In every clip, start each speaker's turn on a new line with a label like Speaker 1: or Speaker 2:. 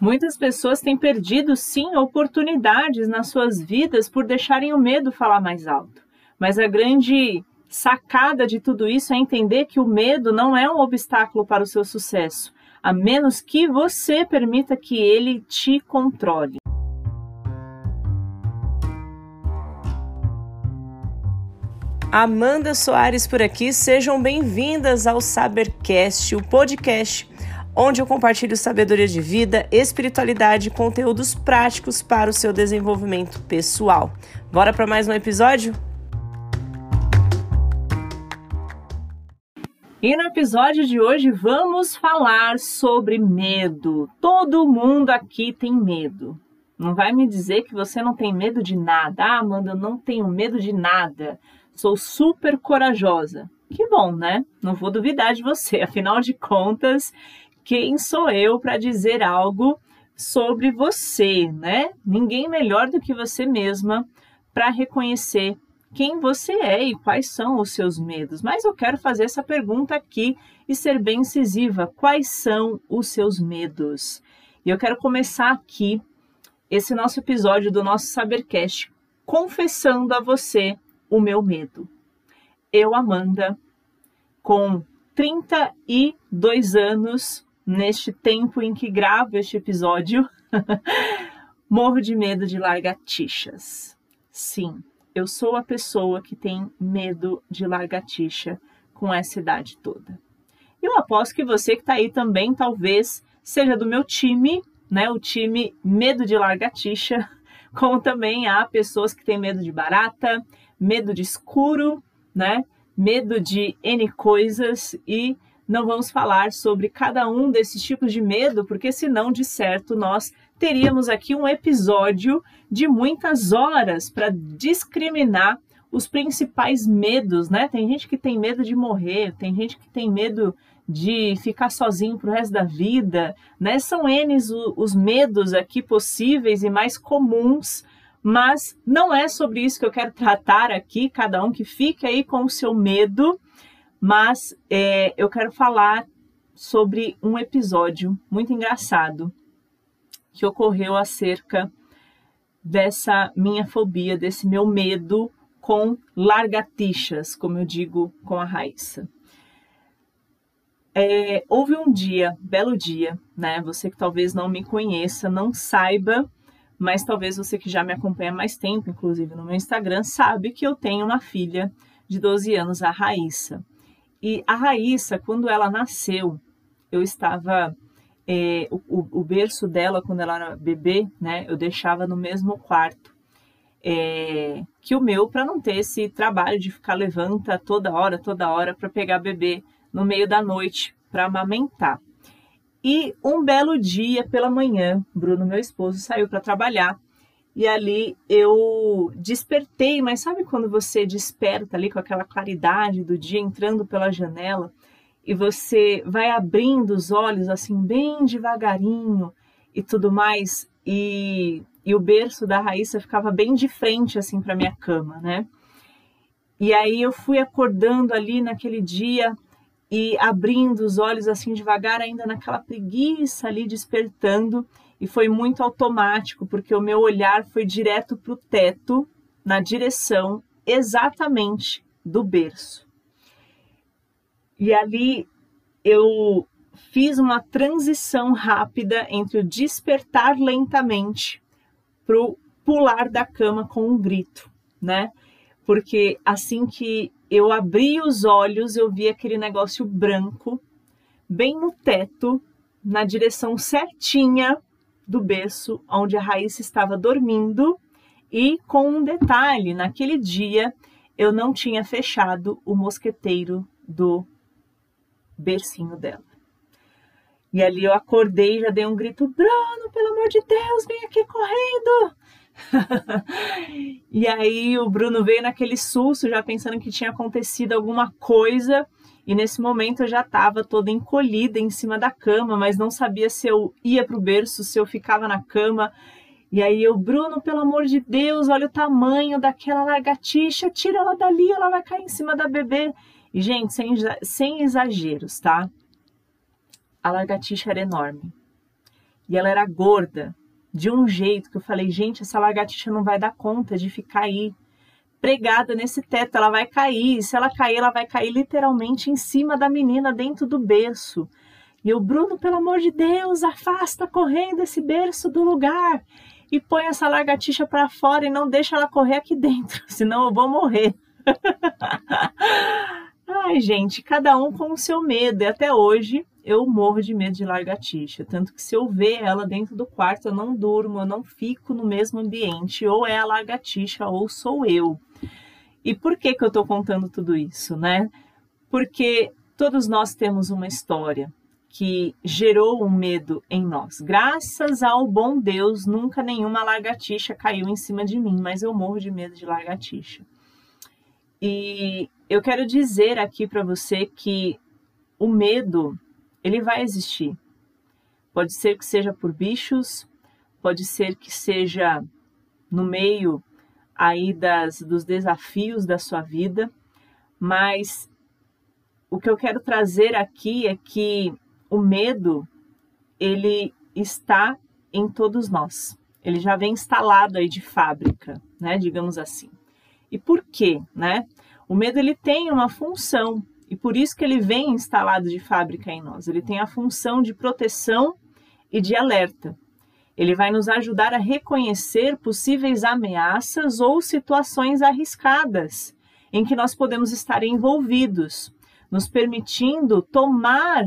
Speaker 1: Muitas pessoas têm perdido, sim, oportunidades nas suas vidas por deixarem o medo falar mais alto. Mas a grande sacada de tudo isso é entender que o medo não é um obstáculo para o seu sucesso, a menos que você permita que ele te controle. Amanda Soares por aqui, sejam bem-vindas ao Sabercast, o podcast onde eu compartilho sabedoria de vida, espiritualidade e conteúdos práticos para o seu desenvolvimento pessoal. Bora para mais um episódio? E no episódio de hoje vamos falar sobre medo. Todo mundo aqui tem medo. Não vai me dizer que você não tem medo de nada. Ah, Amanda, eu não tenho medo de nada. Sou super corajosa. Que bom, né? Não vou duvidar de você. Afinal de contas, quem sou eu para dizer algo sobre você, né? Ninguém melhor do que você mesma para reconhecer quem você é e quais são os seus medos. Mas eu quero fazer essa pergunta aqui e ser bem incisiva. Quais são os seus medos? E eu quero começar aqui esse nosso episódio do nosso Sabercast confessando a você o meu medo. Eu, Amanda, com 32 anos, neste tempo em que gravo este episódio, morro de medo de lagartixas. Sim, eu sou a pessoa que tem medo de lagartixa com essa idade toda. Eu aposto que você que está aí também, talvez, seja do meu time, né? O time medo de lagartixa, como também há pessoas que têm medo de barata, medo de escuro, né? Medo de N coisas e não vamos falar sobre cada um desses tipos de medo, porque senão, de certo, nós teríamos aqui um episódio de muitas horas para discriminar os principais medos, né? Tem gente que tem medo de morrer, tem gente que tem medo de ficar sozinho pro resto da vida, né? São N os medos aqui possíveis e mais comuns, mas não é sobre isso que eu quero tratar aqui, cada um que fique aí com o seu medo. Mas eu quero falar sobre um episódio muito engraçado que ocorreu acerca dessa minha fobia, desse meu medo com lagartixas, como eu digo com a Raíssa. Houve um dia, belo dia, né? Você que talvez não me conheça, não saiba, mas talvez você que já me acompanha há mais tempo, inclusive no meu Instagram, sabe que eu tenho uma filha de 12 anos, a Raíssa. E a Raíssa, quando ela nasceu, eu estava, o berço dela, quando ela era bebê, né, eu deixava no mesmo quarto que o meu, para não ter esse trabalho de ficar levanta toda hora para pegar bebê no meio da noite para amamentar. E um belo dia pela manhã, Bruno, meu esposo, saiu para trabalhar. E ali eu despertei, mas sabe quando você desperta ali com aquela claridade do dia entrando pela janela e você vai abrindo os olhos assim bem devagarinho e tudo mais, e o berço da Raíssa ficava bem de frente assim para minha cama, né? E aí eu fui acordando ali naquele dia e abrindo os olhos assim devagar, ainda naquela preguiça ali despertando. E foi muito automático, porque o meu olhar foi direto para o teto, na direção exatamente do berço. E ali eu fiz uma transição rápida entre o despertar lentamente para o pular da cama com um grito, né? Porque assim que eu abri os olhos, eu vi aquele negócio branco, bem no teto, na direção certinha do berço onde a Raíssa estava dormindo. E com um detalhe, naquele dia eu não tinha fechado o mosqueteiro do bercinho dela. E ali eu acordei e já dei um grito: Bruno, pelo amor de Deus, vem aqui correndo! E aí o Bruno veio naquele susto, já pensando que tinha acontecido alguma coisa. E nesse momento eu já estava toda encolhida em cima da cama, mas não sabia se eu ia para o berço, se eu ficava na cama. E aí eu: Bruno, pelo amor de Deus, olha o tamanho daquela lagartixa, tira ela dali, ela vai cair em cima da bebê. E, gente, sem exageros, tá? A lagartixa era enorme. E ela era gorda, de um jeito que eu falei, gente, essa lagartixa não vai dar conta de ficar aí pregada nesse teto, ela vai cair. E se ela cair, ela vai cair literalmente em cima da menina dentro do berço. E eu, Bruno, pelo amor de Deus, afasta correndo esse berço do lugar e põe essa lagartixa para fora e não deixa ela correr aqui dentro, senão eu vou morrer. Ai, gente, cada um com o seu medo. E até hoje eu morro de medo de lagartixa. Tanto que se eu ver ela dentro do quarto, eu não durmo, eu não fico no mesmo ambiente. Ou é a lagartixa ou sou eu. E por que eu estou contando tudo isso, né? Porque todos nós temos uma história que gerou um medo em nós. Graças ao bom Deus, nunca nenhuma lagartixa caiu em cima de mim, mas eu morro de medo de lagartixa. E eu quero dizer aqui para você que o medo, ele vai existir. Pode ser que seja por bichos, pode ser que seja no meio aí dos desafios da sua vida, mas o que eu quero trazer aqui é que o medo, ele está em todos nós. Ele já vem instalado aí de fábrica, né, digamos assim. E por quê, né? O medo, ele tem uma função, e por isso que ele vem instalado de fábrica em nós. Ele tem a função de proteção e de alerta. Ele vai nos ajudar a reconhecer possíveis ameaças ou situações arriscadas em que nós podemos estar envolvidos, nos permitindo tomar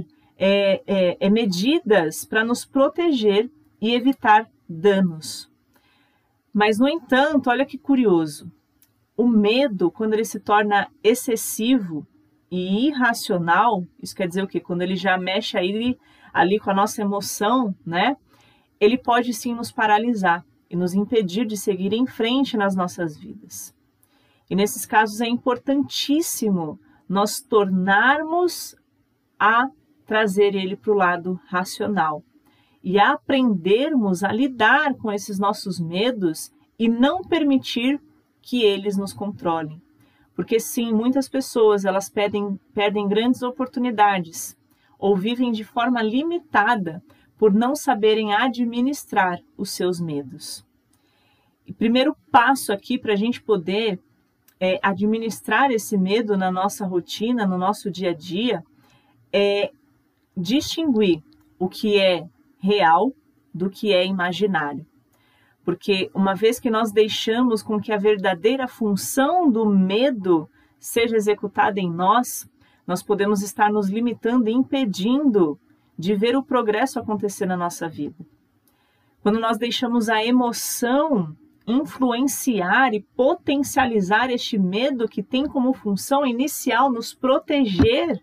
Speaker 1: medidas para nos proteger e evitar danos. Mas, no entanto, olha que curioso, o medo, quando ele se torna excessivo e irracional, isso quer dizer o quê? Quando ele já mexe ali com a nossa emoção, né? Ele pode sim nos paralisar e nos impedir de seguir em frente nas nossas vidas. E nesses casos é importantíssimo nós tornarmos a trazer ele para o lado racional e aprendermos a lidar com esses nossos medos e não permitir que eles nos controlem. Porque sim, muitas pessoas elas perdem grandes oportunidades ou vivem de forma limitada por não saberem administrar os seus medos. E primeiro passo aqui para a gente poder administrar esse medo na nossa rotina, no nosso dia a dia, é distinguir o que é real do que é imaginário. Porque uma vez que nós deixamos com que a verdadeira função do medo seja executada em nós, nós podemos estar nos limitando e impedindo de ver o progresso acontecer na nossa vida. Quando nós deixamos a emoção influenciar e potencializar este medo que tem como função inicial nos proteger,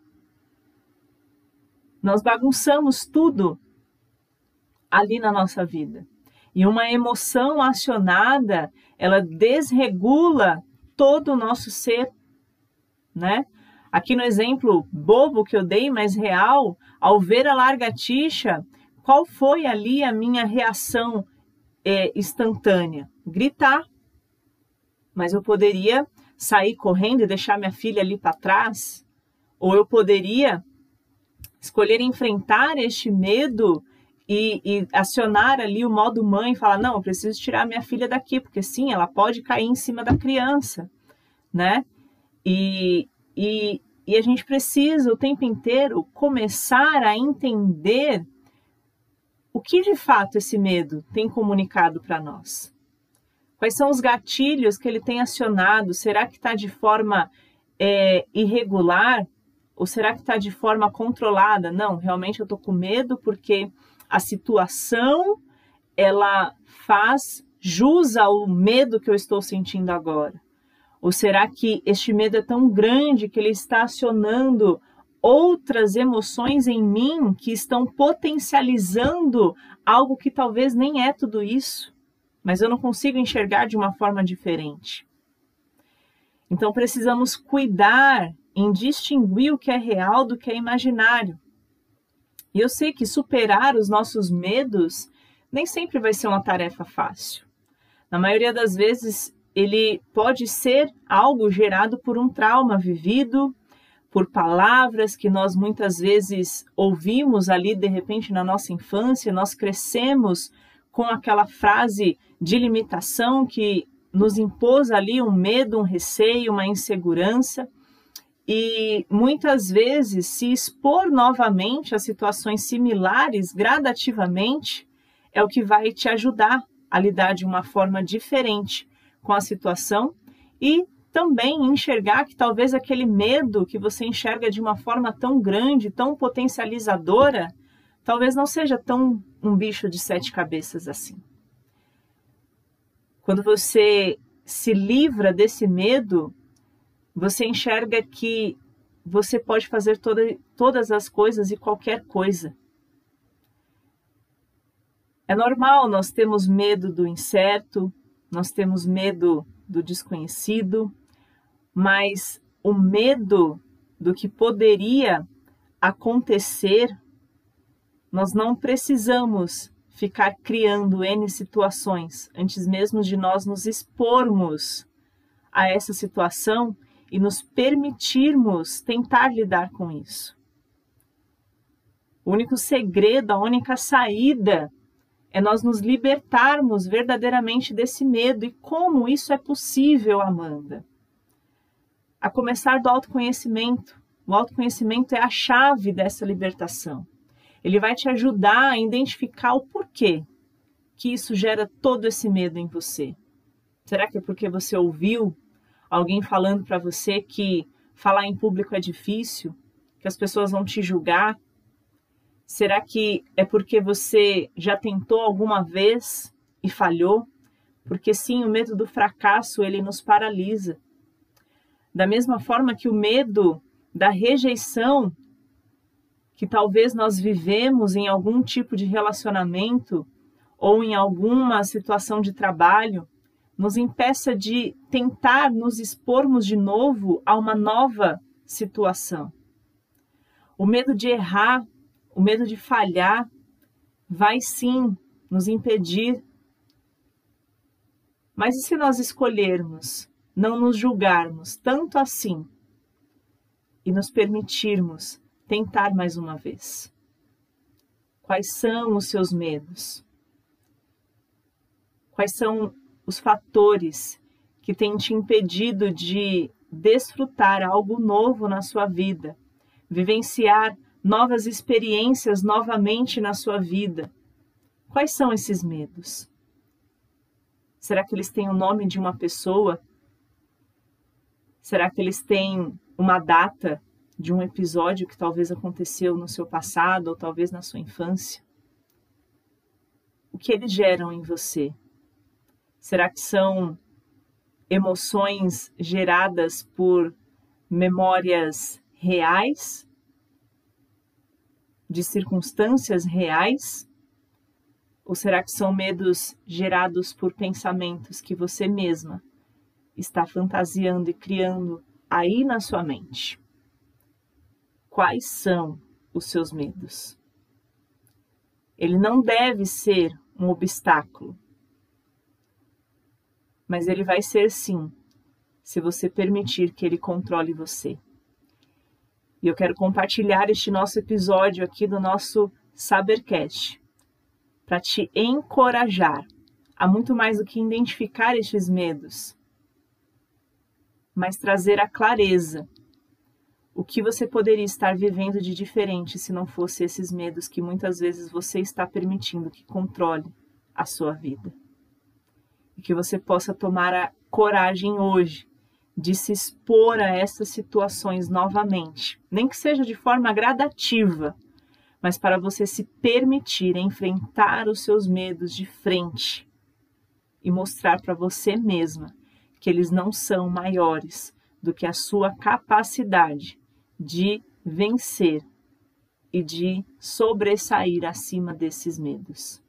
Speaker 1: nós bagunçamos tudo ali na nossa vida. E uma emoção acionada, ela desregula todo o nosso ser, né? Aqui no exemplo bobo que eu dei, mas real, ao ver a lagartixa, qual foi ali a minha reação instantânea? Gritar. Mas eu poderia sair correndo e deixar minha filha ali para trás, ou eu poderia escolher enfrentar este medo e acionar ali o modo mãe e falar, não, eu preciso tirar minha filha daqui, porque sim, ela pode cair em cima da criança, né? E a gente precisa o tempo inteiro começar a entender o que de fato esse medo tem comunicado para nós. Quais são os gatilhos que ele tem acionado? Será que está de forma irregular? Ou será que está de forma controlada? Não, realmente eu estou com medo porque a situação, ela faz jus ao medo que eu estou sentindo agora. Ou será que este medo é tão grande que ele está acionando outras emoções em mim que estão potencializando algo que talvez nem é tudo isso, mas eu não consigo enxergar de uma forma diferente? Então precisamos cuidar em distinguir o que é real do que é imaginário. E eu sei que superar os nossos medos nem sempre vai ser uma tarefa fácil. Na maioria das vezes, ele pode ser algo gerado por um trauma vivido, por palavras que nós muitas vezes ouvimos ali de repente na nossa infância, nós crescemos com aquela frase de limitação que nos impôs ali um medo, um receio, uma insegurança, e muitas vezes se expor novamente a situações similares gradativamente é o que vai te ajudar a lidar de uma forma diferente com a situação e também enxergar que talvez aquele medo que você enxerga de uma forma tão grande, tão potencializadora, talvez não seja tão um bicho de 7 cabeças assim. Quando você se livra desse medo, você enxerga que você pode fazer todas as coisas e qualquer coisa. É normal, nós temos medo do incerto, nós temos medo do desconhecido, mas o medo do que poderia acontecer, nós não precisamos ficar criando N situações antes mesmo de nós nos expormos a essa situação e nos permitirmos tentar lidar com isso. O único segredo, a única saída é nós nos libertarmos verdadeiramente desse medo. E como isso é possível, Amanda? A começar do autoconhecimento. O autoconhecimento é a chave dessa libertação. Ele vai te ajudar a identificar o porquê que isso gera todo esse medo em você. Será que é porque você ouviu alguém falando para você que falar em público é difícil, que as pessoas vão te julgar? Será que é porque você já tentou alguma vez e falhou? Porque sim, o medo do fracasso, ele nos paralisa. Da mesma forma que o medo da rejeição, que talvez nós vivemos em algum tipo de relacionamento ou em alguma situação de trabalho, nos impeça de tentar nos expormos de novo a uma nova situação. O medo de errar, o medo de falhar, vai sim nos impedir. Mas e se nós escolhermos não nos julgarmos tanto assim e nos permitirmos tentar mais uma vez? Quais são os seus medos? Quais são os fatores que têm te impedido de desfrutar algo novo na sua vida, vivenciar novas experiências novamente na sua vida? Quais são esses medos? Será que eles têm o nome de uma pessoa? Será que eles têm uma data de um episódio que talvez aconteceu no seu passado ou talvez na sua infância? O que eles geram em você? Será que são emoções geradas por memórias reais? De circunstâncias reais? Ou será que são medos gerados por pensamentos que você mesma está fantasiando e criando aí na sua mente? Quais são os seus medos? Ele não deve ser um obstáculo, mas ele vai ser sim, se você permitir que ele controle você. E eu quero compartilhar este nosso episódio aqui do nosso Sabercast, para te encorajar a muito mais do que identificar estes medos, mas trazer a clareza. O que você poderia estar vivendo de diferente se não fosse esses medos que muitas vezes você está permitindo que controle a sua vida. E que você possa tomar a coragem hoje de se expor a essas situações novamente. Nem que seja de forma gradativa, mas para você se permitir enfrentar os seus medos de frente e mostrar para você mesma que eles não são maiores do que a sua capacidade de vencer e de sobressair acima desses medos.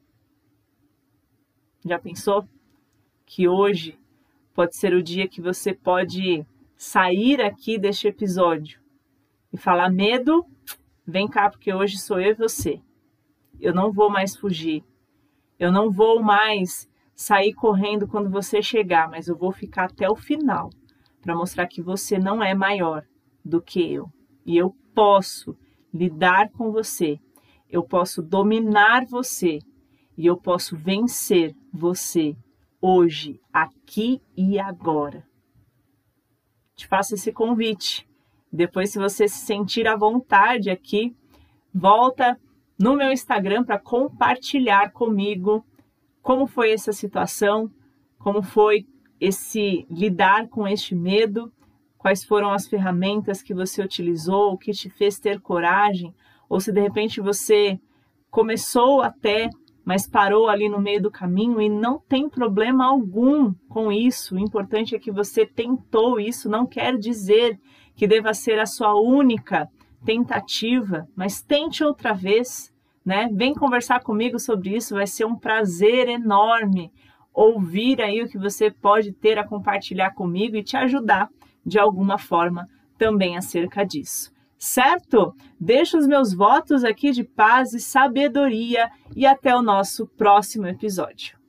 Speaker 1: Já pensou que hoje pode ser o dia que você pode sair aqui deste episódio e falar: medo, vem cá, porque hoje sou eu e você. Eu não vou mais fugir. Eu não vou mais sair correndo quando você chegar, mas eu vou ficar até o final para mostrar que você não é maior do que eu. e eu posso lidar com você, eu posso dominar você e eu posso vencer você hoje, aqui e agora. Te faço esse convite. Depois, se você se sentir à vontade aqui, volta no meu Instagram para compartilhar comigo como foi essa situação, como foi esse lidar com este medo, quais foram as ferramentas que você utilizou, o que te fez ter coragem, ou se de repente você começou até, mas parou ali no meio do caminho e não tem problema algum com isso. O importante é que você tentou isso, não quer dizer que deva ser a sua única tentativa, mas tente outra vez, né? Vem conversar comigo sobre isso, vai ser um prazer enorme ouvir aí o que você pode ter a compartilhar comigo e te ajudar de alguma forma também acerca disso. Certo? Deixo os meus votos aqui de paz e sabedoria e até o nosso próximo episódio.